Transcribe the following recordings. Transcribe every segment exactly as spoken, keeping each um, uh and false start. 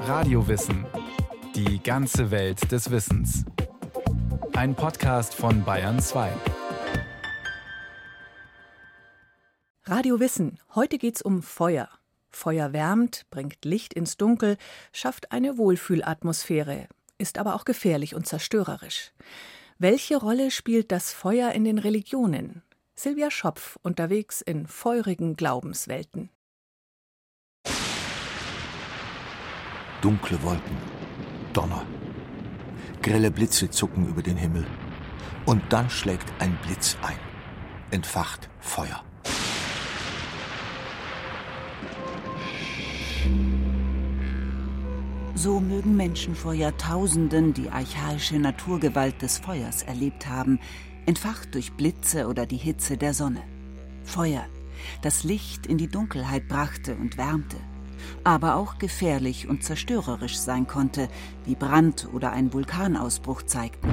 Radiowissen. Die ganze Welt des Wissens. Ein Podcast von Bayern zwei. Radio Wissen. Heute geht's um Feuer. Feuer wärmt, bringt Licht ins Dunkel, schafft eine Wohlfühlatmosphäre, ist aber auch gefährlich und zerstörerisch. Welche Rolle spielt das Feuer in den Religionen? Silvia Schopf unterwegs in feurigen Glaubenswelten. Dunkle Wolken, Donner, grelle Blitze zucken über den Himmel. Und dann schlägt ein Blitz ein, entfacht Feuer. So mögen Menschen vor Jahrtausenden die archaische Naturgewalt des Feuers erlebt haben, entfacht durch Blitze oder die Hitze der Sonne. Feuer, das Licht in die Dunkelheit brachte und wärmte, aber auch gefährlich und zerstörerisch sein konnte, wie Brand oder ein Vulkanausbruch zeigten.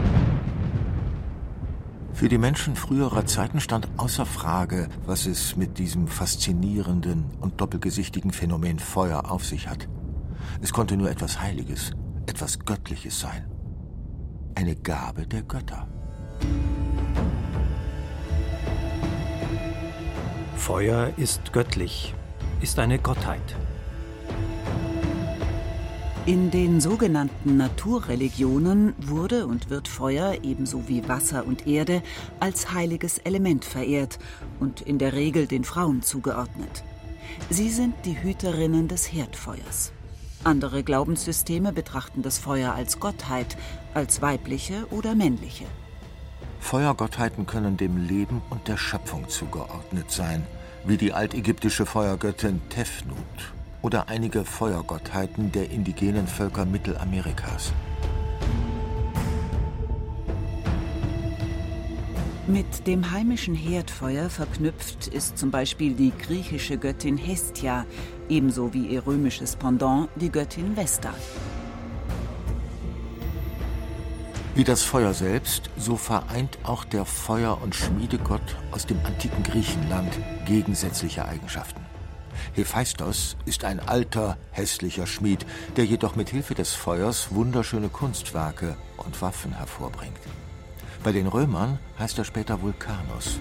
Für die Menschen früherer Zeiten stand außer Frage, was es mit diesem faszinierenden und doppelgesichtigen Phänomen Feuer auf sich hat. Es konnte nur etwas Heiliges, etwas Göttliches sein. Eine Gabe der Götter. Feuer ist göttlich, ist eine Gottheit. In den sogenannten Naturreligionen wurde und wird Feuer, ebenso wie Wasser und Erde, als heiliges Element verehrt und in der Regel den Frauen zugeordnet. Sie sind die Hüterinnen des Herdfeuers. Andere Glaubenssysteme betrachten das Feuer als Gottheit, als weibliche oder männliche. Feuergottheiten können dem Leben und der Schöpfung zugeordnet sein, wie die altägyptische Feuergöttin Tefnut oder einige Feuergottheiten der indigenen Völker Mittelamerikas. Mit dem heimischen Herdfeuer verknüpft ist zum Beispiel die griechische Göttin Hestia, ebenso wie ihr römisches Pendant, die Göttin Vesta. Wie das Feuer selbst, so vereint auch der Feuer- und Schmiedegott aus dem antiken Griechenland gegensätzliche Eigenschaften. Hephaistos ist ein alter, hässlicher Schmied, der jedoch mit Hilfe des Feuers wunderschöne Kunstwerke und Waffen hervorbringt. Bei den Römern heißt er später Vulcanus.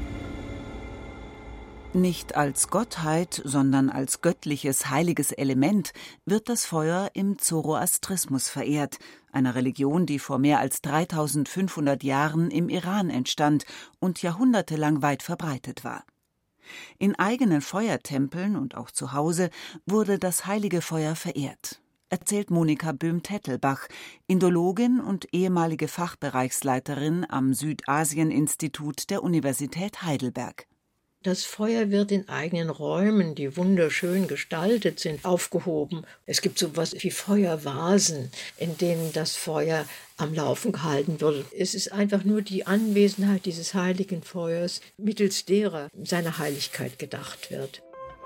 Nicht als Gottheit, sondern als göttliches, heiliges Element wird das Feuer im Zoroastrismus verehrt, einer Religion, die vor mehr als dreitausendfünfhundert Jahren im Iran entstand und jahrhundertelang weit verbreitet war. In eigenen Feuertempeln und auch zu Hause wurde das heilige Feuer verehrt, erzählt Monika Böhm-Tettelbach, Indologin und ehemalige Fachbereichsleiterin am Südasien-Institut der Universität Heidelberg. Das Feuer wird in eigenen Räumen, die wunderschön gestaltet sind, aufgehoben. Es gibt so etwas wie Feuervasen, in denen das Feuer am Laufen gehalten wird. Es ist einfach nur die Anwesenheit dieses heiligen Feuers, mittels derer seiner Heiligkeit gedacht wird.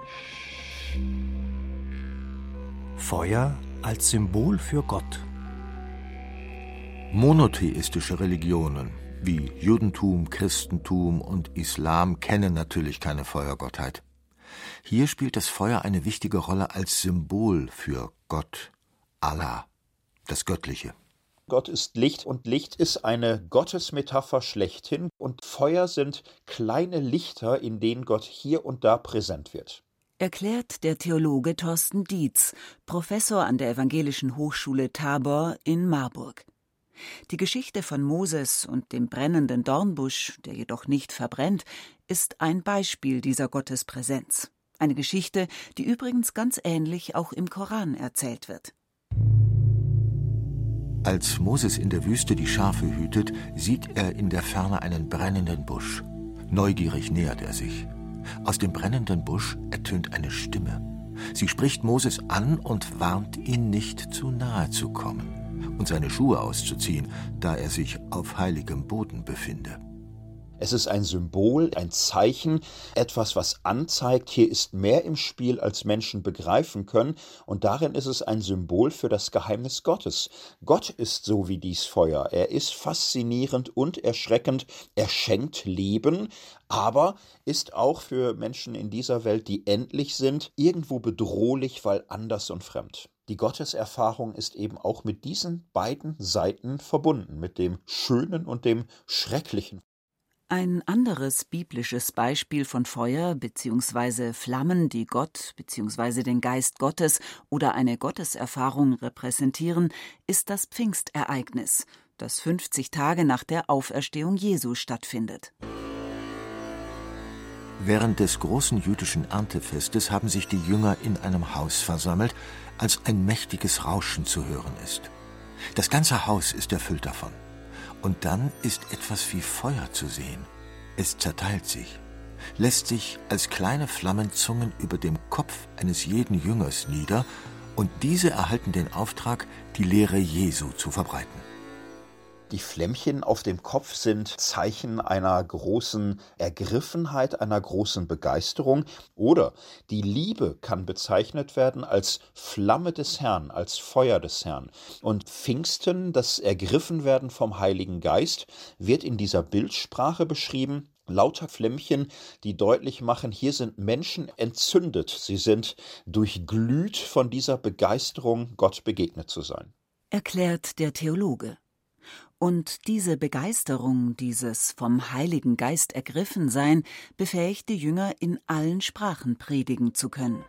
Feuer als Symbol für Gott. Monotheistische Religionen wie Judentum, Christentum und Islam kennen natürlich keine Feuergottheit. Hier spielt das Feuer eine wichtige Rolle als Symbol für Gott, Allah, das Göttliche. Gott ist Licht und Licht ist eine Gottesmetapher schlechthin und Feuer sind kleine Lichter, in denen Gott hier und da präsent wird. Erklärt der Theologe Thorsten Dietz, Professor an der Evangelischen Hochschule Tabor in Marburg. Die Geschichte von Moses und dem brennenden Dornbusch, der jedoch nicht verbrennt, ist ein Beispiel dieser Gottespräsenz. Eine Geschichte, die übrigens ganz ähnlich auch im Koran erzählt wird. Als Moses in der Wüste die Schafe hütet, sieht er in der Ferne einen brennenden Busch. Neugierig nähert er sich. Aus dem brennenden Busch ertönt eine Stimme. Sie spricht Moses an und warnt ihn, nicht zu nahe zu kommen und seine Schuhe auszuziehen, da er sich auf heiligem Boden befinde. Es ist ein Symbol, ein Zeichen, etwas, was anzeigt, hier ist mehr im Spiel, als Menschen begreifen können. Und darin ist es ein Symbol für das Geheimnis Gottes. Gott ist so wie dies Feuer. Er ist faszinierend und erschreckend. Er schenkt Leben, aber ist auch für Menschen in dieser Welt, die endlich sind, irgendwo bedrohlich, weil anders und fremd. Die Gotteserfahrung ist eben auch mit diesen beiden Seiten verbunden, mit dem Schönen und dem Schrecklichen. Ein anderes biblisches Beispiel von Feuer bzw. Flammen, die Gott bzw. den Geist Gottes oder eine Gotteserfahrung repräsentieren, ist das Pfingstereignis, das fünfzig Tage nach der Auferstehung Jesu stattfindet. Während des großen jüdischen Erntefestes haben sich die Jünger in einem Haus versammelt, als ein mächtiges Rauschen zu hören ist. Das ganze Haus ist erfüllt davon. Und dann ist etwas wie Feuer zu sehen. Es zerteilt sich, lässt sich als kleine Flammenzungen über dem Kopf eines jeden Jüngers nieder, und diese erhalten den Auftrag, die Lehre Jesu zu verbreiten. Die Flämmchen auf dem Kopf sind Zeichen einer großen Ergriffenheit, einer großen Begeisterung. Oder die Liebe kann bezeichnet werden als Flamme des Herrn, als Feuer des Herrn. Und Pfingsten, das Ergriffenwerden vom Heiligen Geist, wird in dieser Bildsprache beschrieben. Lauter Flämmchen, die deutlich machen, hier sind Menschen entzündet. Sie sind durchglüht von dieser Begeisterung, Gott begegnet zu sein. Erklärt der Theologe. Und diese Begeisterung, dieses vom Heiligen Geist ergriffen sein, befähigt die Jünger, in allen Sprachen predigen zu können.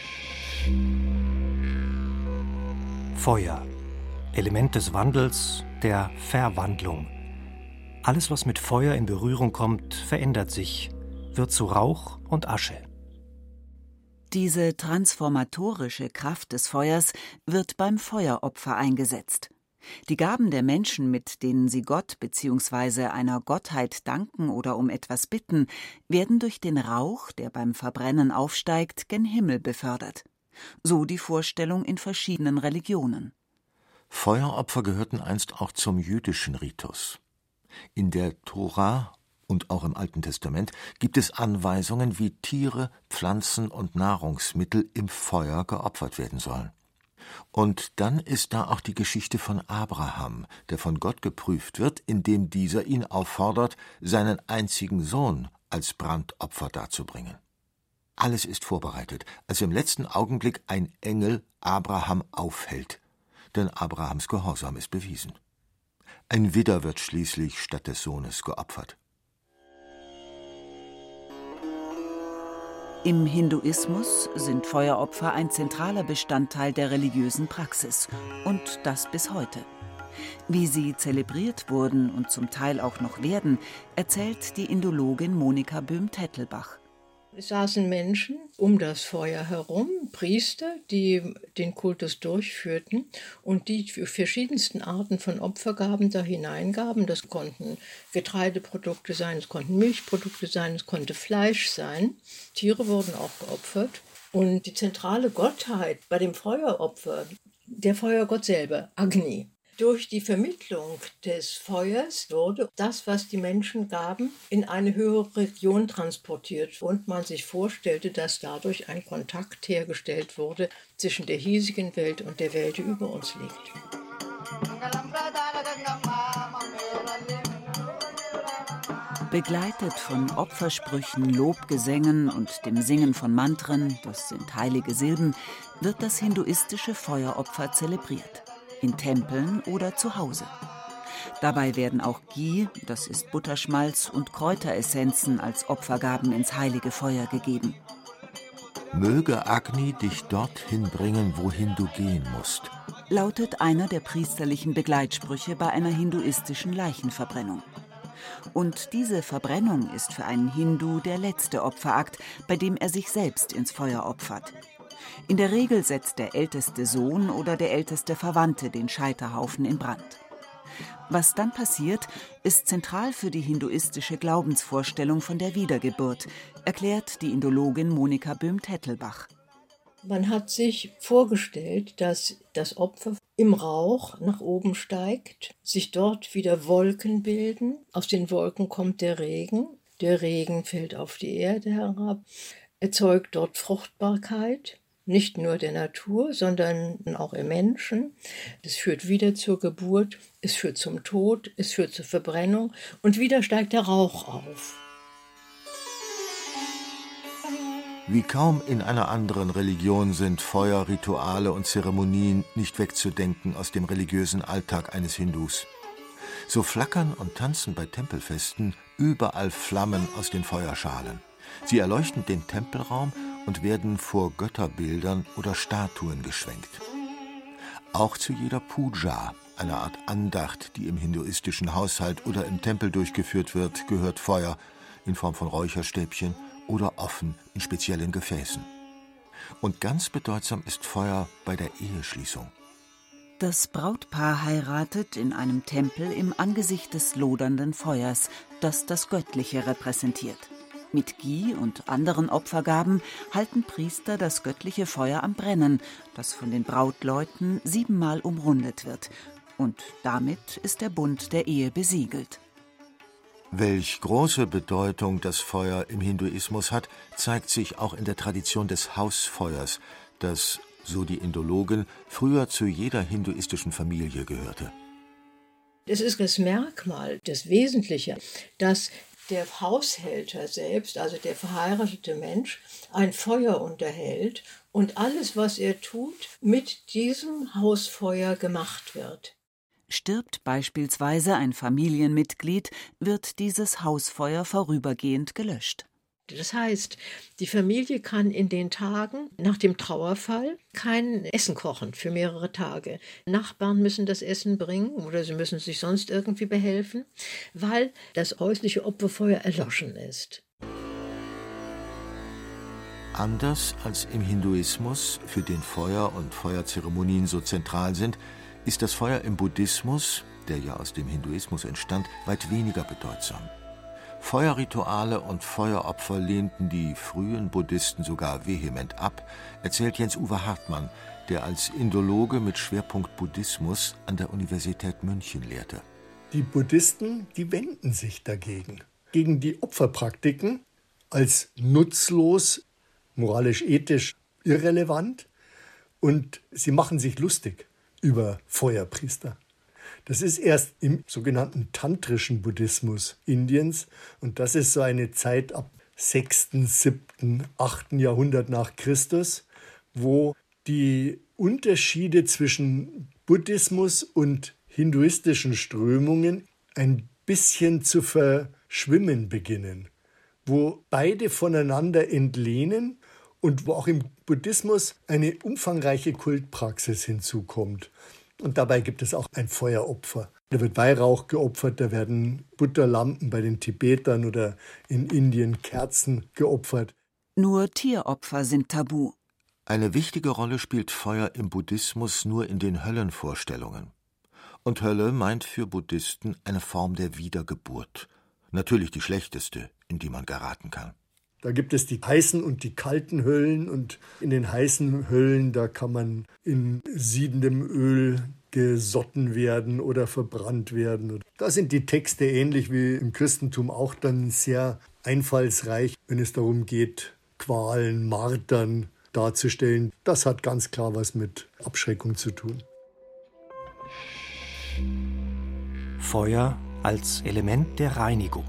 Feuer, Element des Wandels, der Verwandlung. Alles, was mit Feuer in Berührung kommt, verändert sich, wird zu Rauch und Asche. Diese transformatorische Kraft des Feuers wird beim Feueropfer eingesetzt. Die Gaben der Menschen, mit denen sie Gott bzw. einer Gottheit danken oder um etwas bitten, werden durch den Rauch, der beim Verbrennen aufsteigt, gen Himmel befördert. So die Vorstellung in verschiedenen Religionen. Feueropfer gehörten einst auch zum jüdischen Ritus. In der Tora und auch im Alten Testament gibt es Anweisungen, wie Tiere, Pflanzen und Nahrungsmittel im Feuer geopfert werden sollen. Und dann ist da auch die Geschichte von Abraham, der von Gott geprüft wird, indem dieser ihn auffordert, seinen einzigen Sohn als Brandopfer darzubringen. Alles ist vorbereitet, als im letzten Augenblick ein Engel Abraham aufhält, denn Abrahams Gehorsam ist bewiesen. Ein Widder wird schließlich statt des Sohnes geopfert. Im Hinduismus sind Feueropfer ein zentraler Bestandteil der religiösen Praxis. Und das bis heute. Wie sie zelebriert wurden und zum Teil auch noch werden, erzählt die Indologin Monika Böhm-Tettelbach. Es saßen Menschen um das Feuer herum, Priester, die den Kultus durchführten und die für verschiedensten Arten von Opfergaben da hineingaben. Das konnten Getreideprodukte sein, es konnten Milchprodukte sein, es konnte Fleisch sein. Tiere wurden auch geopfert. Und die zentrale Gottheit bei dem Feueropfer, der Feuergott selber, Agni. Durch die Vermittlung des Feuers wurde das, was die Menschen gaben, in eine höhere Region transportiert und man sich vorstellte, dass dadurch ein Kontakt hergestellt wurde zwischen der hiesigen Welt und der Welt, die über uns liegt. Begleitet von Opfersprüchen, Lobgesängen und dem Singen von Mantren, das sind heilige Silben, wird das hinduistische Feueropfer zelebriert. In Tempeln oder zu Hause. Dabei werden auch Ghee, das ist Butterschmalz, und Kräuteressenzen als Opfergaben ins heilige Feuer gegeben. Möge Agni dich dorthin bringen, wohin du gehen musst, lautet einer der priesterlichen Begleitsprüche bei einer hinduistischen Leichenverbrennung. Und diese Verbrennung ist für einen Hindu der letzte Opferakt, bei dem er sich selbst ins Feuer opfert. In der Regel setzt der älteste Sohn oder der älteste Verwandte den Scheiterhaufen in Brand. Was dann passiert, ist zentral für die hinduistische Glaubensvorstellung von der Wiedergeburt, erklärt die Indologin Monika Böhm-Tettelbach. Man hat sich vorgestellt, dass das Opfer im Rauch nach oben steigt, sich dort wieder Wolken bilden. Aus den Wolken kommt der Regen. Der Regen fällt auf die Erde herab, erzeugt dort Fruchtbarkeit. Nicht nur der Natur, sondern auch im Menschen. Es führt wieder zur Geburt, es führt zum Tod, es führt zur Verbrennung und wieder steigt der Rauch auf. Wie kaum in einer anderen Religion sind Feuerrituale und Zeremonien nicht wegzudenken aus dem religiösen Alltag eines Hindus. So flackern und tanzen bei Tempelfesten überall Flammen aus den Feuerschalen. Sie erleuchten den Tempelraum und werden vor Götterbildern oder Statuen geschwenkt. Auch zu jeder Puja, einer Art Andacht, die im hinduistischen Haushalt oder im Tempel durchgeführt wird, gehört Feuer in Form von Räucherstäbchen oder offen in speziellen Gefäßen. Und ganz bedeutsam ist Feuer bei der Eheschließung. Das Brautpaar heiratet in einem Tempel im Angesicht des lodernden Feuers, das das Göttliche repräsentiert. Mit Ghee und anderen Opfergaben halten Priester das göttliche Feuer am Brennen, das von den Brautleuten siebenmal umrundet wird. Und damit ist der Bund der Ehe besiegelt. Welch große Bedeutung das Feuer im Hinduismus hat, zeigt sich auch in der Tradition des Hausfeuers, das, so die Indologen, früher zu jeder hinduistischen Familie gehörte. Es ist das Merkmal, das Wesentliche, dass der Haushälter selbst, also der verheiratete Mensch, ein Feuer unterhält und alles, was er tut, mit diesem Hausfeuer gemacht wird. Stirbt beispielsweise ein Familienmitglied, wird dieses Hausfeuer vorübergehend gelöscht. Das heißt, die Familie kann in den Tagen nach dem Trauerfall kein Essen kochen für mehrere Tage. Nachbarn müssen das Essen bringen oder sie müssen sich sonst irgendwie behelfen, weil das häusliche Opferfeuer erloschen ist. Anders als im Hinduismus, für den Feuer und Feuerzeremonien so zentral sind, ist das Feuer im Buddhismus, der ja aus dem Hinduismus entstand, weit weniger bedeutsam. Feuerrituale und Feueropfer lehnten die frühen Buddhisten sogar vehement ab, erzählt Jens-Uwe Hartmann, der als Indologe mit Schwerpunkt Buddhismus an der Universität München lehrte. Die Buddhisten, die wenden sich dagegen, gegen die Opferpraktiken als nutzlos, moralisch-ethisch irrelevant, und sie machen sich lustig über Feuerpriester. Das ist erst im sogenannten tantrischen Buddhismus Indiens, und das ist so eine Zeit ab sechsten, siebten, achten Jahrhundert nach Christus, wo die Unterschiede zwischen Buddhismus und hinduistischen Strömungen ein bisschen zu verschwimmen beginnen, wo beide voneinander entlehnen und wo auch im Buddhismus eine umfangreiche Kultpraxis hinzukommt. Und dabei gibt es auch ein Feueropfer. Da wird Weihrauch geopfert, da werden Butterlampen bei den Tibetern oder in Indien Kerzen geopfert. Nur Tieropfer sind tabu. Eine wichtige Rolle spielt Feuer im Buddhismus nur in den Höllenvorstellungen. Und Hölle meint für Buddhisten eine Form der Wiedergeburt. Natürlich die schlechteste, in die man geraten kann. Da gibt es die heißen und die kalten Höllen, und in den heißen Höllen, da kann man in siedendem Öl gesotten werden oder verbrannt werden. Da sind die Texte ähnlich wie im Christentum auch dann sehr einfallsreich, wenn es darum geht, Qualen, Martern darzustellen. Das hat ganz klar was mit Abschreckung zu tun. Feuer als Element der Reinigung.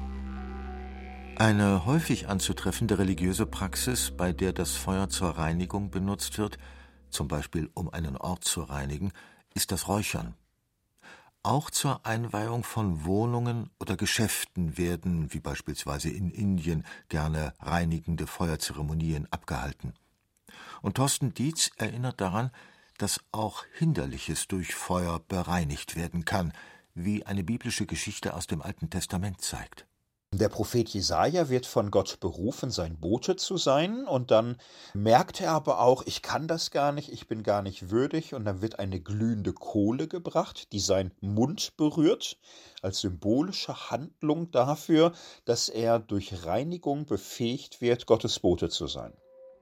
Eine häufig anzutreffende religiöse Praxis, bei der das Feuer zur Reinigung benutzt wird, zum Beispiel um einen Ort zu reinigen, ist das Räuchern. Auch zur Einweihung von Wohnungen oder Geschäften werden, wie beispielsweise in Indien, gerne reinigende Feuerzeremonien abgehalten. Und Thorsten Dietz erinnert daran, dass auch Hinderliches durch Feuer bereinigt werden kann, wie eine biblische Geschichte aus dem Alten Testament zeigt. Der Prophet Jesaja wird von Gott berufen, sein Bote zu sein, und dann merkt er aber auch, ich kann das gar nicht, ich bin gar nicht würdig, und dann wird eine glühende Kohle gebracht, die seinen Mund berührt, als symbolische Handlung dafür, dass er durch Reinigung befähigt wird, Gottes Bote zu sein.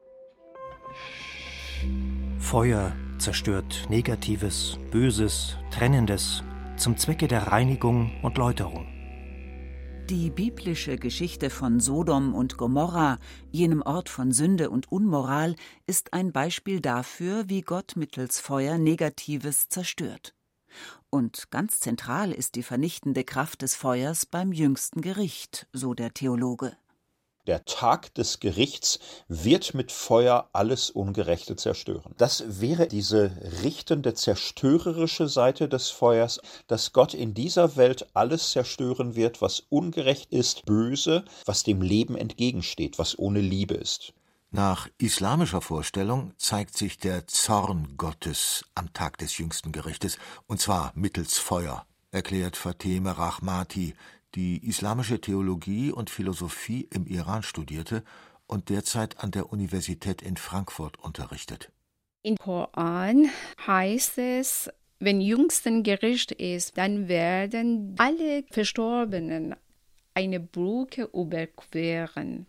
Feuer zerstört Negatives, Böses, Trennendes zum Zwecke der Reinigung und Läuterung. Die biblische Geschichte von Sodom und Gomorra, jenem Ort von Sünde und Unmoral, ist ein Beispiel dafür, wie Gott mittels Feuer Negatives zerstört. Und ganz zentral ist die vernichtende Kraft des Feuers beim jüngsten Gericht, so der Theologe. Der Tag des Gerichts wird mit Feuer alles Ungerechte zerstören. Das wäre diese richtende, zerstörerische Seite des Feuers, dass Gott in dieser Welt alles zerstören wird, was ungerecht ist, böse, was dem Leben entgegensteht, was ohne Liebe ist. Nach islamischer Vorstellung zeigt sich der Zorn Gottes am Tag des jüngsten Gerichtes, und zwar mittels Feuer, erklärt Fateme Rahmati, die islamische Theologie und Philosophie im Iran studierte und derzeit an der Universität in Frankfurt unterrichtet. Im Koran heißt es, wenn jüngsten Gericht ist, dann werden alle Verstorbenen eine Brücke überqueren.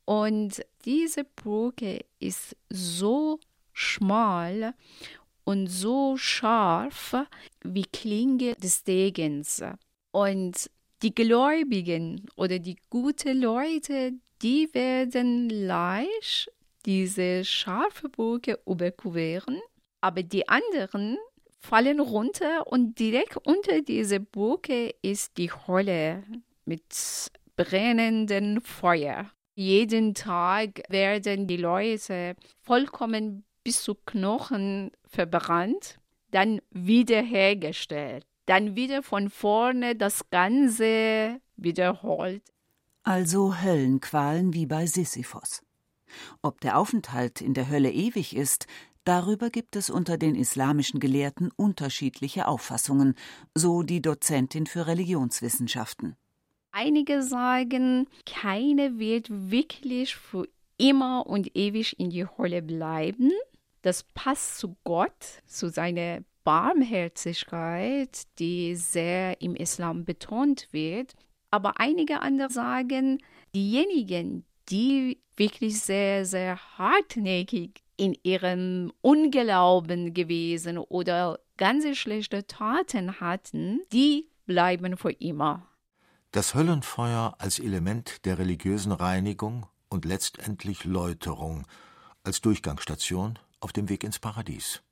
Und diese Brücke ist so schmal und so scharf wie Klinge des Degens. Und die Gläubigen oder die guten Leute, die werden leicht diese scharfe Brücke überqueren, aber die anderen fallen runter und direkt unter dieser Brücke ist die Hölle mit brennendem Feuer. Jeden Tag werden die Leute vollkommen bis zu Knochen verbrannt, dann wiederhergestellt, dann wieder von vorne das Ganze wiederholt. Also Höllenqualen wie bei Sisyphos. Ob der Aufenthalt in der Hölle ewig ist, darüber gibt es unter den islamischen Gelehrten unterschiedliche Auffassungen, so die Dozentin für Religionswissenschaften. Einige sagen, keiner wird wirklich für immer und ewig in die Hölle bleiben. Das passt zu Gott, zu seiner Barmherzigkeit, die sehr im Islam betont wird. Aber einige andere sagen, diejenigen, die wirklich sehr, sehr hartnäckig in ihrem Unglauben gewesen oder ganz schlechte Taten hatten, die bleiben für immer. Das Höllenfeuer als Element der religiösen Reinigung und letztendlich Läuterung, als Durchgangsstation auf dem Weg ins Paradies.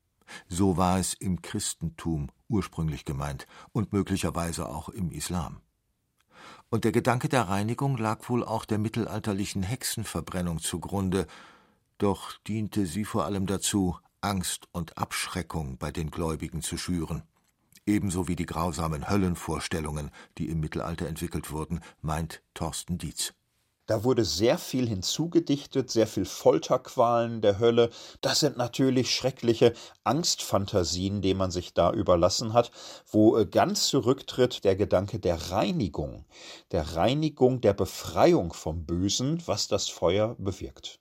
So war es im Christentum ursprünglich gemeint und möglicherweise auch im Islam. Und der Gedanke der Reinigung lag wohl auch der mittelalterlichen Hexenverbrennung zugrunde, doch diente sie vor allem dazu, Angst und Abschreckung bei den Gläubigen zu schüren. Ebenso wie die grausamen Höllenvorstellungen, die im Mittelalter entwickelt wurden, meint Thorsten Dietz. Da wurde sehr viel hinzugedichtet, sehr viel Folterqualen der Hölle. Das sind natürlich schreckliche Angstfantasien, denen man sich da überlassen hat, wo ganz zurücktritt der Gedanke der Reinigung, der Reinigung, der Befreiung vom Bösen, was das Feuer bewirkt.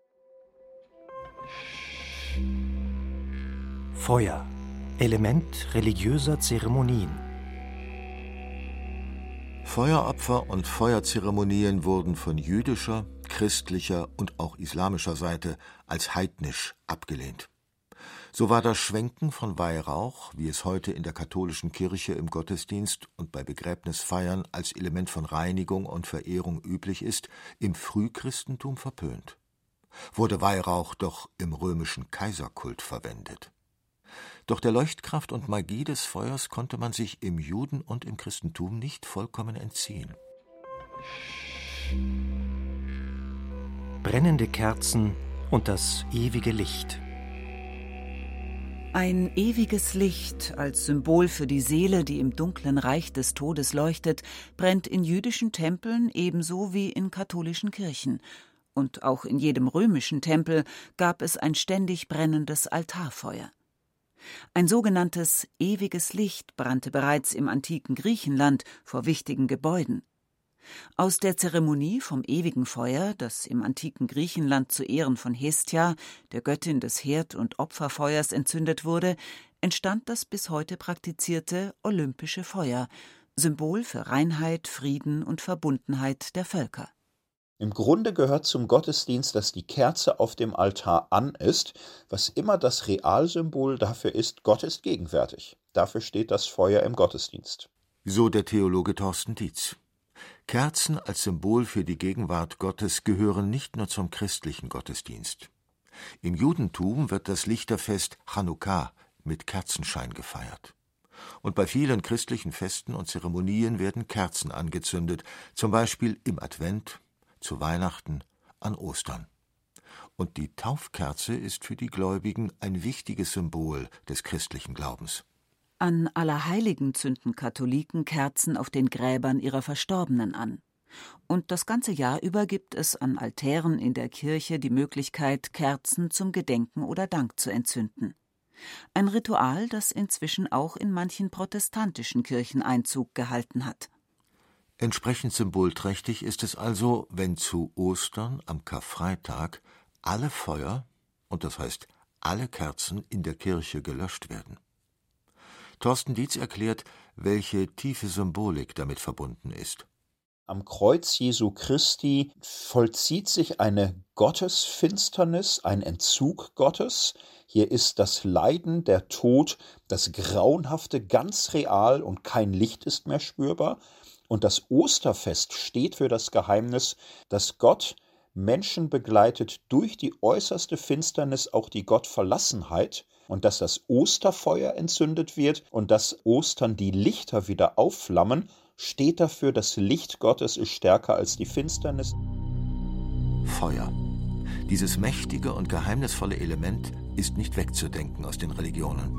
Feuer, Element religiöser Zeremonien. Feueropfer und Feuerzeremonien wurden von jüdischer, christlicher und auch islamischer Seite als heidnisch abgelehnt. So war das Schwenken von Weihrauch, wie es heute in der katholischen Kirche im Gottesdienst und bei Begräbnisfeiern als Element von Reinigung und Verehrung üblich ist, im Frühchristentum verpönt. Wurde Weihrauch doch im römischen Kaiserkult verwendet. Doch der Leuchtkraft und Magie des Feuers konnte man sich im Juden- und im Christentum nicht vollkommen entziehen. Brennende Kerzen und das ewige Licht. Ein ewiges Licht als Symbol für die Seele, die im dunklen Reich des Todes leuchtet, brennt in jüdischen Tempeln ebenso wie in katholischen Kirchen. Und auch in jedem römischen Tempel gab es ein ständig brennendes Altarfeuer. Ein sogenanntes ewiges Licht brannte bereits im antiken Griechenland vor wichtigen Gebäuden. Aus der Zeremonie vom ewigen Feuer, das im antiken Griechenland zu Ehren von Hestia, der Göttin des Herd- und Opferfeuers, entzündet wurde, entstand das bis heute praktizierte olympische Feuer, Symbol für Reinheit, Frieden und Verbundenheit der Völker. Im Grunde gehört zum Gottesdienst, dass die Kerze auf dem Altar an ist, was immer das Realsymbol dafür ist, Gott ist gegenwärtig. Dafür steht das Feuer im Gottesdienst. So der Theologe Thorsten Dietz. Kerzen als Symbol für die Gegenwart Gottes gehören nicht nur zum christlichen Gottesdienst. Im Judentum wird das Lichterfest Chanukka mit Kerzenschein gefeiert. Und bei vielen christlichen Festen und Zeremonien werden Kerzen angezündet, zum Beispiel im Advent, zu Weihnachten, an Ostern. Und die Taufkerze ist für die Gläubigen ein wichtiges Symbol des christlichen Glaubens. An Allerheiligen zünden Katholiken Kerzen auf den Gräbern ihrer Verstorbenen an. Und das ganze Jahr über gibt es an Altären in der Kirche die Möglichkeit, Kerzen zum Gedenken oder Dank zu entzünden. Ein Ritual, das inzwischen auch in manchen protestantischen Kirchen Einzug gehalten hat. Entsprechend symbolträchtig ist es also, wenn zu Ostern am Karfreitag alle Feuer, und das heißt alle Kerzen in der Kirche gelöscht werden. Thorsten Dietz erklärt, welche tiefe Symbolik damit verbunden ist. Am Kreuz Jesu Christi vollzieht sich eine Gottesfinsternis, ein Entzug Gottes. Hier ist das Leiden, der Tod, das Grauenhafte ganz real und kein Licht ist mehr spürbar. Und das Osterfest steht für das Geheimnis, dass Gott Menschen begleitet durch die äußerste Finsternis, auch die Gottverlassenheit, und dass das Osterfeuer entzündet wird und dass Ostern die Lichter wieder aufflammen, steht dafür, das Licht Gottes ist stärker als die Finsternis. Feuer. Dieses mächtige und geheimnisvolle Element ist nicht wegzudenken aus den Religionen.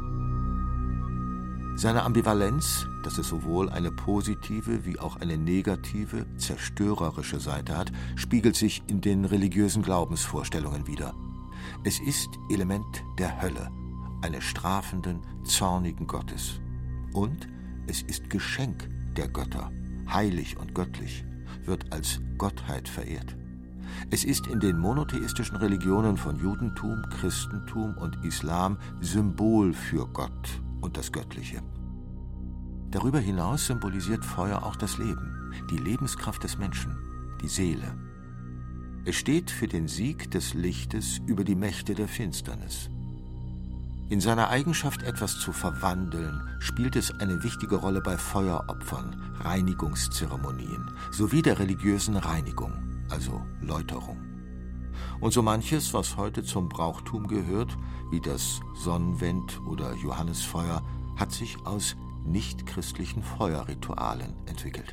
Seine Ambivalenz, dass es sowohl eine positive wie auch eine negative, zerstörerische Seite hat, spiegelt sich in den religiösen Glaubensvorstellungen wider. Es ist Element der Hölle, eines strafenden, zornigen Gottes. Und es ist Geschenk der Götter, heilig und göttlich, wird als Gottheit verehrt. Es ist in den monotheistischen Religionen von Judentum, Christentum und Islam Symbol für Gott und das Göttliche. Darüber hinaus symbolisiert Feuer auch das Leben, die Lebenskraft des Menschen, die Seele. Es steht für den Sieg des Lichtes über die Mächte der Finsternis. In seiner Eigenschaft, etwas zu verwandeln, spielt es eine wichtige Rolle bei Feueropfern, Reinigungszeremonien sowie der religiösen Reinigung, also Läuterung. Und so manches, was heute zum Brauchtum gehört, wie das Sonnenwend- oder Johannisfeuer, hat sich aus nichtchristlichen Feuerritualen entwickelt.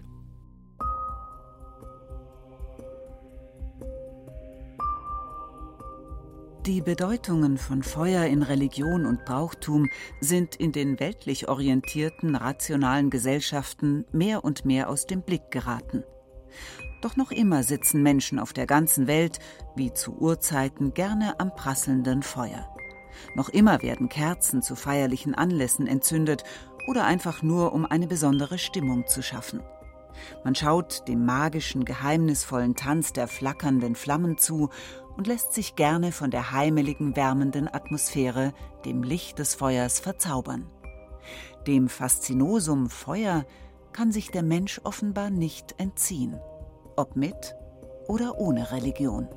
Die Bedeutungen von Feuer in Religion und Brauchtum sind in den weltlich orientierten, rationalen Gesellschaften mehr und mehr aus dem Blick geraten. Doch noch immer sitzen Menschen auf der ganzen Welt, wie zu Urzeiten, gerne am prasselnden Feuer. Noch immer werden Kerzen zu feierlichen Anlässen entzündet oder einfach nur, um eine besondere Stimmung zu schaffen. Man schaut dem magischen, geheimnisvollen Tanz der flackernden Flammen zu und lässt sich gerne von der heimeligen, wärmenden Atmosphäre, dem Licht des Feuers, verzaubern. Dem Faszinosum Feuer kann sich der Mensch offenbar nicht entziehen, ob mit oder ohne Religion.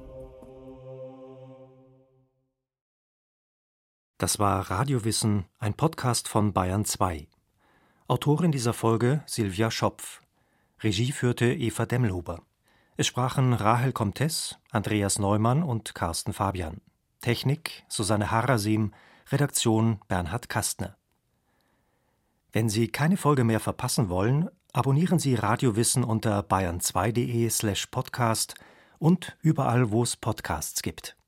Das war Radiowissen, ein Podcast von Bayern zwei. Autorin dieser Folge Silvia Schopf. Regie führte Eva Demlober. Es sprachen Rahel Comtes, Andreas Neumann und Carsten Fabian. Technik Susanne Harasim, Redaktion Bernhard Kastner. Wenn Sie keine Folge mehr verpassen wollen, abonnieren Sie Radiowissen unter bayern zwei punkt de slash podcast und überall, wo es Podcasts gibt.